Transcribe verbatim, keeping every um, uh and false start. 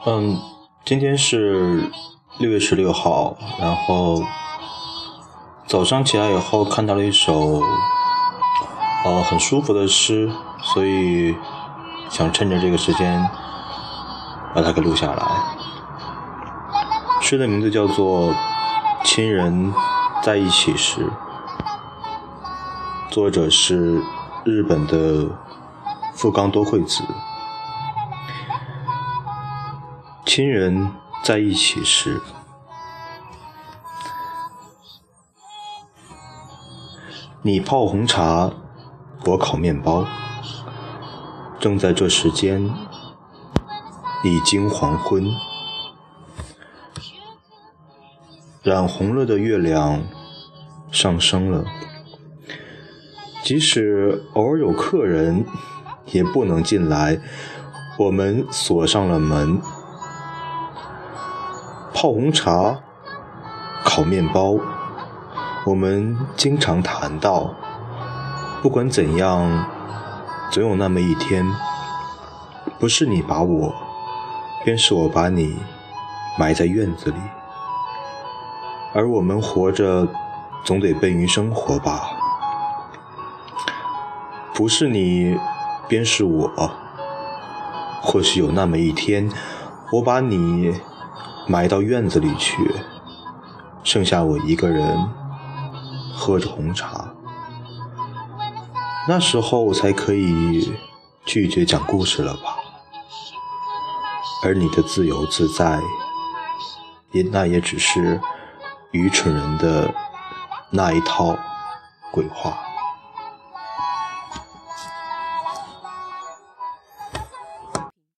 嗯，今天是六月十六号，然后早上起来以后看到了一首呃很舒服的诗，所以想趁着这个时间把它给录下来。诗的名字叫做《亲人在一起时》，作者是日本的富冈多惠子。亲人在一起时，你泡红茶，我烤面包，正在这时间，已经黄昏，染红了的月亮上升了，即使偶尔有客人也不能进来，我们锁上了门。泡红茶，烤面包，我们经常谈到，不管怎样，总有那么一天，不是你把我，便是我把你埋在院子里，而我们活着总得奔于生活吧，不是你便是我，或许有那么一天，我把你埋到院子里去，剩下我一个人喝着红茶，那时候我才可以拒绝讲故事了吧，而你的自由自在也那也只是愚蠢人的那一套鬼话。